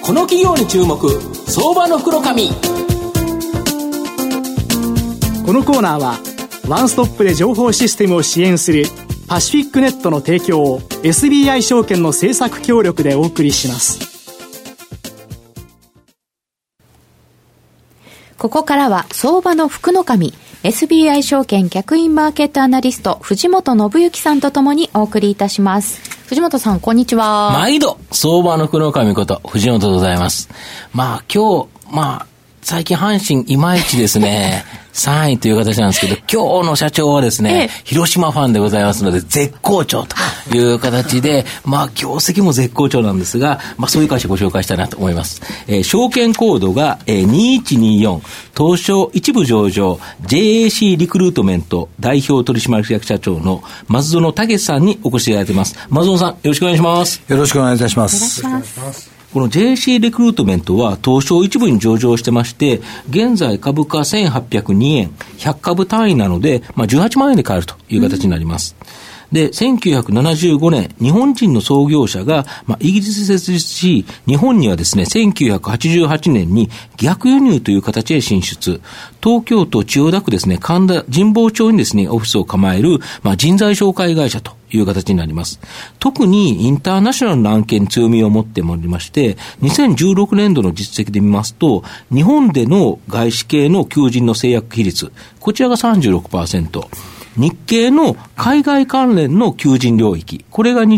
この企業に注目、相場の袋紙。 このコーナーはワンストップで情報システムを支援するパシフィックネットの提供を SBI 証券の政策協力でお送りします。 ここからは相場の福の神、SBI 証券客員マーケットアナリスト藤本信之さんとともにお送りいたします。藤本さん、こんにちは。 毎度相場の福の神こと藤本でございます。今日最近阪神いまいちですね3位という形なんですけど、今日の社長はですね、広島ファンでございますので絶好調という形で、業績も絶好調なんですが、そういう会社ご紹介したいなと思います。証券コードが、2124、東証一部上場 JAC リクルートメント代表取締役社長の松園武さんにお越しいただいています。松園さん、よろしくお願いします。 よろしくお願いいたします。 お願いします。 この JAC リクルートメントは東証一部に上場してまして、現在株価1802円、100株単位なので、18万円で買えるという形になります。で、1975年、日本人の創業者が、イギリスで設立し、日本にはですね、1988年に逆輸入という形で進出。東京都千代田区ですね、神田神保町にですね、オフィスを構える、人材紹介会社という形になります。特にインターナショナルな案件に強みを持っておりまして、2016年度の実績で見ますと、日本での外資系の求人の制約比率、こちらが 36%。日系の海外関連の求人領域、これが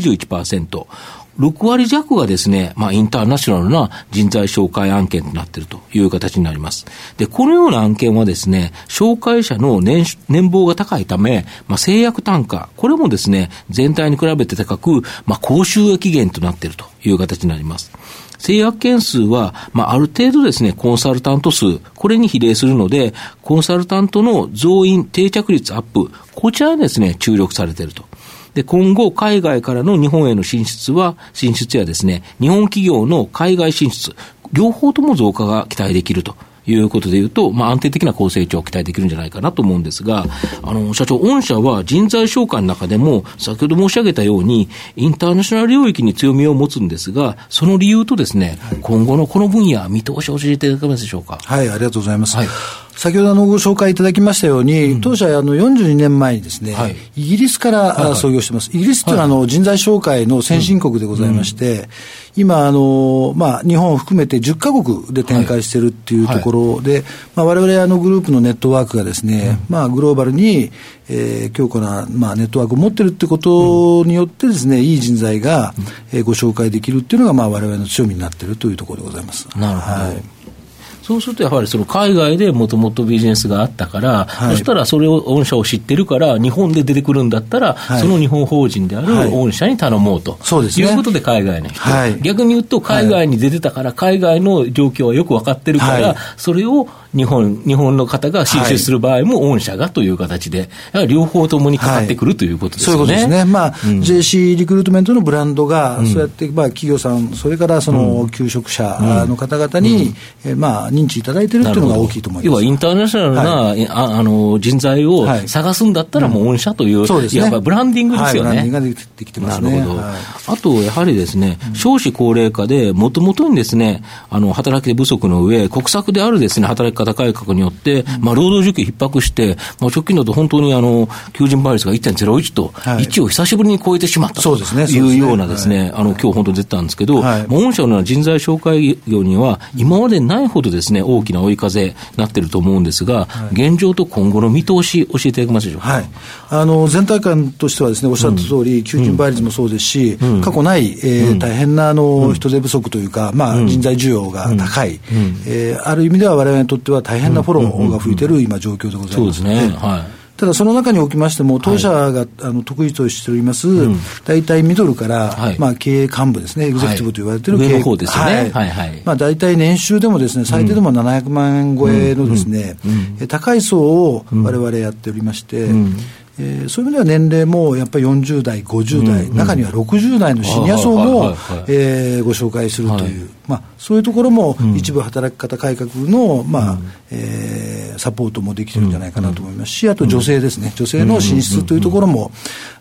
21%。6割弱がですね、インターナショナルな人材紹介案件となっているという形になります。で、このような案件はですね、紹介者の年俸が高いため、制約単価、これもですね、全体に比べて高く、高収益源となっているという形になります。制約件数は、ある程度ですね、コンサルタント数、これに比例するので、コンサルタントの増員、定着率アップ、こちらにですね、注力されていると。で、今後、海外からの日本への進出やですね、日本企業の海外進出、両方とも増加が期待できるということでいうと、安定的な高成長を期待できるんじゃないかなと思うんですが、社長、御社は人材紹介の中でも、先ほど申し上げたように、インターナショナル領域に強みを持つんですが、その理由とですね、今後のこの分野、見通しを教えていただけますでしょうか。 はい、ありがとうございます。先ほどご紹介いただきましたように、当社42年前にですね、イギリスから創業しています。イギリスというのは人材紹介の先進国でございまして、今日本を含めて10カ国で展開しているっていうところで、我々グループのネットワークがですね、グローバルに、強固な、ネットワークを持っているってことによってですね、いい人材が、ご紹介できるっていうのが、我々の強みになっているというところでございます。 なるほど。そうするとやはりその海外でもともとビジネスがあったから、そしたらそれを御社を知ってるから日本で出てくるんだったら、その日本法人である御社に頼もうと、いうことで海外の人、逆に言うと海外に出てたから海外の状況はよく分かってるから、それを日本の方が進出する場合も御社がという形で、両方ともにかかってくるということですよね。 そういうことですね。JAC リクルートメントのブランドが、そうやって企業さん、それからその求職者の方々に、認知いただいているというのが大きいと思います。 要はインターナショナルな、人材を探すんだったらもう御社という、やっぱりブランディングですよね。 ブランディングができてますね。 なるほど。あとやはりですね、少子高齢化でもともとにですね、働き手不足の上、国策であるですね、働き方改革によって、労働需給逼迫して、直近だと本当に求人倍率が 1.01 と、1を久しぶりに超えてしまったというようなですね、今日本当に出てたんですけど、御社のような人材紹介業には今までないほどですね、大きな追い風になっていると思うんですが、現状と今後の見通し教えていただけますでしょうか。 全体感としてはですね、おっしゃった通り、求人倍率もそうですし、過去ない、大変な人手不足というか、人材需要が高い、ある意味では我々にとっては大変なフォローが吹いている今状況でございます。 そうですね。 ただその中におきましても、当社が得意としております、大体ミドルから、経営幹部ですね、エグゼクティブと言われている経営、 上の方ですよね。 大体年収でもですね、最低でも700万円超えのですね、高い層を我々やっておりまして、そういう意味では年齢もやっぱり40代、50代、中には60代のシニア層も、ご紹介するという、そういうところも一部働き方改革の、サポートもできてるんじゃないかなと思いますし、あと女性ですね、女性の進出というところも、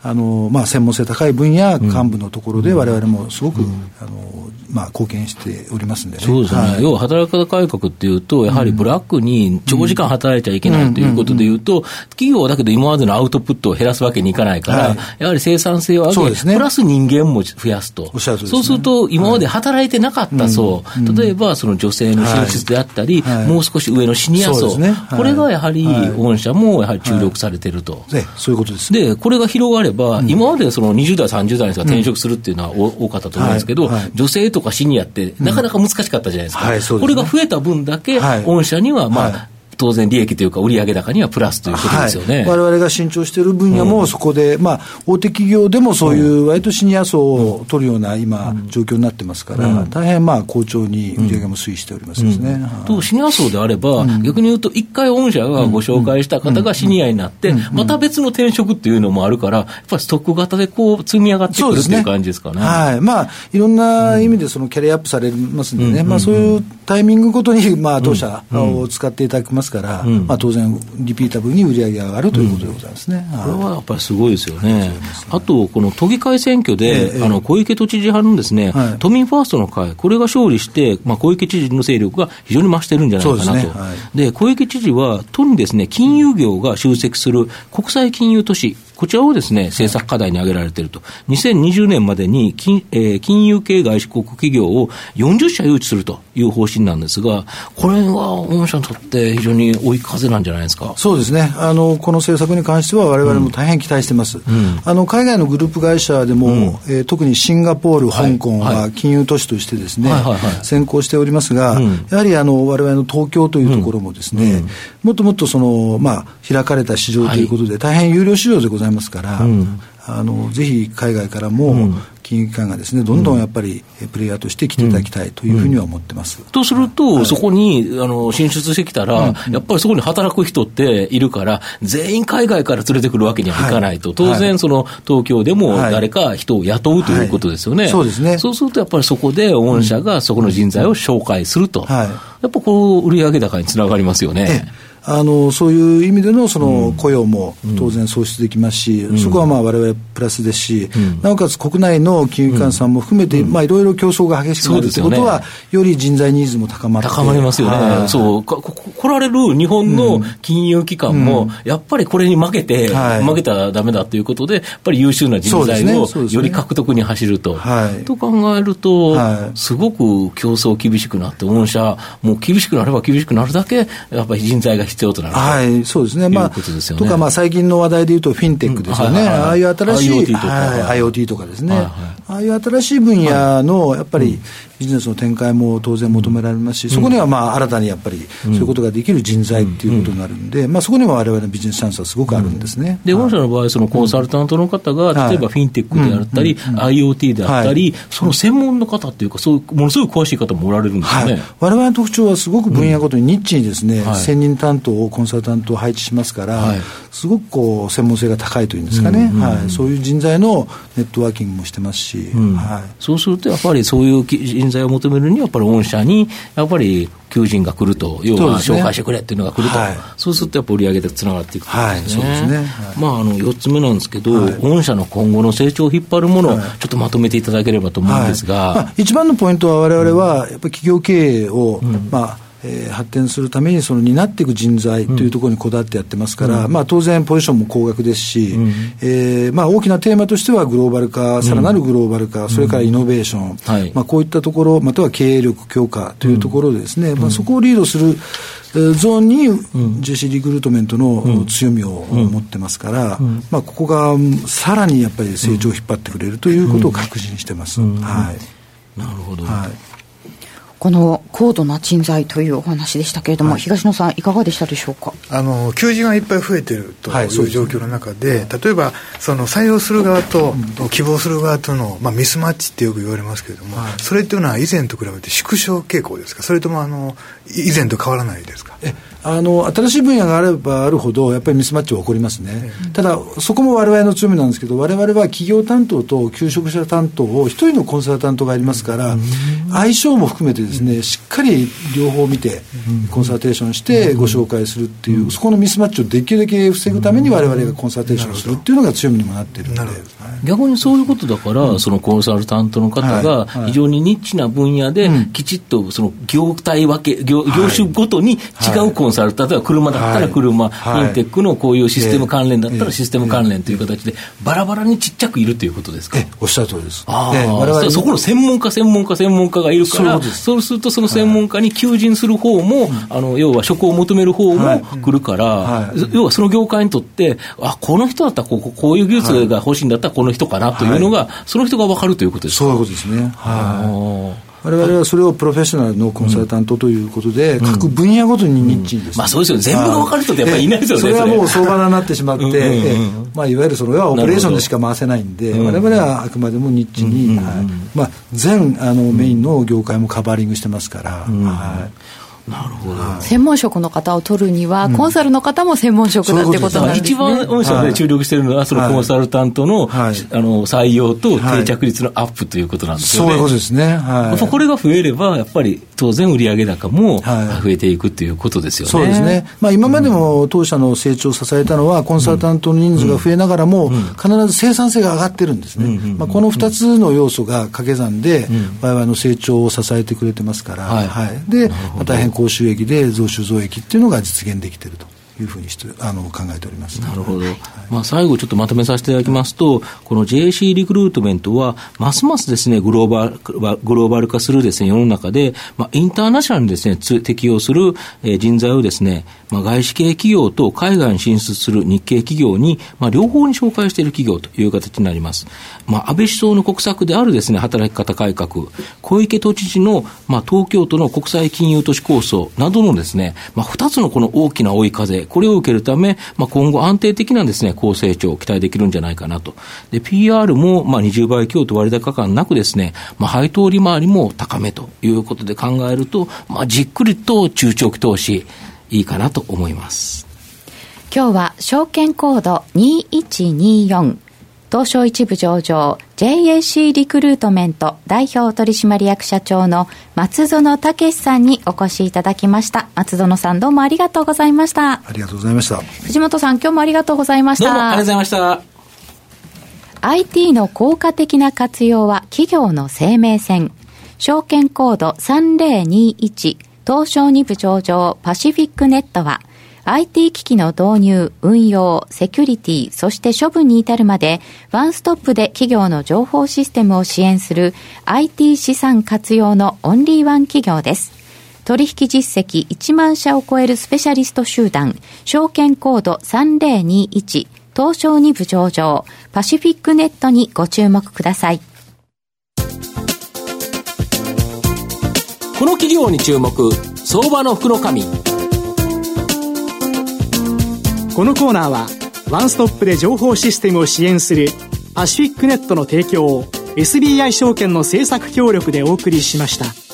専門性高い分野、幹部のところで我々もすごく、貢献しておりますんでね。 そうですね。要は働き方改革っていうと、やはりブラックに長時間働いちゃいけないということでいうと、企業はだけど今までのアウトプットを減らすわけにいかないから、やはり生産性を上げ、プラス人間も増やすと。そうすると、今まで働いてなかった層、例えばその女性の進出であったり、もう少し上のシニア層、これがやはり御社もやはり注力されていると。 そういうことです。 で、これが広がれば、今までその20代、30代の人が転職するっていうのは多かったと思うんですけど、女性とかシニアってなかなか難しかったじゃないですか。これが増えた分だけ、御社には当然利益というか売上高にはプラスということですよね。 我々が伸長している分野もそこで、大手企業でもそういう割とシニア層を取るような今、状況になってますから、大変好調に売上も推移しておりますですね。 シニア層であれば、逆に言うと一回御社がご紹介した方がシニアになって、また別の転職っていうのもあるから、やっぱりストック型で積み上がってくるっていう感じですかね。 いろんな意味でそのキャリアアップされますんでね、そういうタイミングごとに当社を使っていただきますから、当然リピータブルに売り上げが上がるということでございますね。 これはやっぱりすごいですよね。あとこの都議会選挙で、小池都知事派のですね、都民ファーストの会、これが勝利して、小池知事の勢力が非常に増してるんじゃないかなと。で、小池知事は都にですね、金融業が集積する国際金融都市、こちらをですね、政策課題に挙げられていると。2020年までに金融系外資国企業を40社誘致するという方針なんですが、これは御社にとって非常に追い風なんじゃないですか。 そうですね。この政策に関しては我々も大変期待しています。海外のグループ会社でも、特にシンガポール、香港は金融都市としてですね、先行しておりますが、やはり我々の東京というところもですね、もっともっと開かれた市場ということで、大変有料市場でございますから、ぜひ海外からも金融機関がですね、どんどんやっぱりプレイヤーとして来ていただきたいというふうには思ってます。 とすると、そこに進出してきたら、やっぱりそこに働く人っているから、全員海外から連れてくるわけにはいかないと、当然その東京でも誰か人を雇うということですよね。 そうですね。 そうするとやっぱりそこで御社がそこの人材を紹介すると、やっぱこう売上高につながりますよね。 そういう意味でのその雇用も当然創出できますし、そこは我々プラスですし、なおかつ国内の金融機関さんも含めて、いろいろ競争が激しくなるということは、より人材ニーズも高まりますよね。そう来られる日本の金融機関も、やっぱりこれに負けたらダメだということで、やっぱり優秀な人材をより獲得に走ると考えると、すごく競争厳しくなって、御社もう厳しくなれば厳しくなるだけやっぱり人材が必要となると、 そうですね。とか最近の話題でいうとフィンテックですよね。ああいう新しい IoT とかですね。ああいう新しい分野のやっぱりビジネスの展開も当然求められますし、そこには新たにやっぱりそういうことができる人材っていうことになるんで、そこには我々のビジネスチャンスはすごくあるんですね。 で、御社の場合、そのコンサルタントの方が、例えばフィンテックであったり、IoT であったり、その専門の方っていうか、そういうものすごい詳しい方もおられるんですよね。 我々の特徴はすごく分野ごとにニッチにですね、専任担当をコンサルタントを配置しますから、すごく専門性が高いというんですかね。そういう人材のネットワーキングもしてますし、 そうするとやっぱりそういう人材を求めるにはやっぱり御社にやっぱり求人が来ると、要は紹介してくれっていうのが来ると、そうするとやっぱ売り上げでつながっていくということですね。4つ目なんですけど、御社の今後の成長を引っ張るものをちょっとまとめていただければと思うんですが、 一番のポイントは我々はやっぱり企業経営を発展するためにその担っていく人材というところにこだわってやってますから、当然ポジションも高額ですし、大きなテーマとしてはグローバル化、さらなるグローバル化、それからイノベーション、こういったところ、または経営力強化というところでですね、そこをリードするゾーンに JC リクルートメントの強みを持ってますから、ここがさらにやっぱり成長を引っ張ってくれるということを確信してます。なるほど。 この高度な人材というお話でしたけれども、東野さんいかがでしたでしょうか。 求人はいっぱい増えているという状況の中で、例えばその採用する側と希望する側との、ミスマッチってよく言われますけれども、それっていうのは以前と比べて縮小傾向ですか、それとも以前と変わらないですか。 新しい分野があればあるほどやっぱりミスマッチは起こりますね、ただそこも我々の強みなんですけど、我々は企業担当と求職者担当を一人のコンサルタントがありますから、相性も含めてですね、しっかり両方見てコンサルテーションしてご紹介するっていう、そこのミスマッチをできるだけ防ぐために我々がコンサルテーションするっていうのが強みにもなっているので、 逆にそういうことだから、そのコンサルタントの方が非常にニッチな分野できちっとその業種ごとに違うコンサル、例えば車だったら車、フィンテックのこういうシステム関連だったらシステム関連という形でバラバラにちっちゃくいるということですか。 おっしゃる通りです。 我々そこの専門家がいるから、そうするとその専門家に求人する方も、要は職を求める方も来るから、要はその業界にとってこの人だったらこういう技術が欲しいんだったらこの人かなというのが、その人が分かるということですか。 そういうことですね。我々はそれをプロフェッショナルのコンサルタントということで、各分野ごとにニッチにですね、 そうですよね、全部が分かる人ってやっぱりいないですよね。 それはもう相場になってしまって、いわゆるそれはオペレーションでしか回せないんで、我々はあくまでもニッチに、全メインの業界もカバーリングしてますから。 なるほど。 専門職の方を取るには、コンサルの方も専門職だってことなんですね。 一番御社で注力しているのは、そのコンサルタントの、採用と定着率のアップということなんですよね。 そういうことですね。やっぱこれが増えれば、やっぱり当然売上高も増えていくということですよね。 そうですね。今までも当社の成長を支えたのは、コンサルタントの人数が増えながらも、必ず生産性が上がってるんですね。この2つの要素が掛け算で、我々の成長を支えてくれてますから、で、大変高収益で増収増益っていうのが実現できているというふうにして考えております。 なるほど。最後ちょっとまとめさせていただきますと、この JC リクルートメントはますますですねグローバル化するですね世の中で、インターナショナルにですね適用する人材をですね、外資系企業と海外に進出する日系企業に、両方に紹介している企業という形になります。安倍首相の国策であるですね働き方改革、小池都知事の東京都の国際金融都市構想などのですね、2つのこの大きな追い風、これを受けるため、今後安定的なですね高成長を期待できるんじゃないかなと。で PR も20倍強と割高感なくですね、配当利回りも高めということで考えると、じっくりと中長期投資いいかなと思います。 今日は証券コード2124東証一部上場 JAC リクルートメント代表取締役社長の松園武さんにお越しいただきました。松園さん、どうもありがとうございました。 ありがとうございました。 藤本さん、今日もありがとうございました。 どうもありがとうございました。 IT の効果的な活用は企業の生命線。証券コード3021東証2部上場パシフィックネットはIT 機器の導入、運用、セキュリティ、そして処分に至るまでワンストップで企業の情報システムを支援する IT 資産活用のオンリーワン企業です。取引実績1万社を超えるスペシャリスト集団、証券コード3021東証2部上場パシフィックネットにご注目ください。 この企業に注目、相場の福の神。 このコーナーはワンストップで情報システムを支援するパシフィックネットの提供を SBI 証券の政策協力でお送りしました。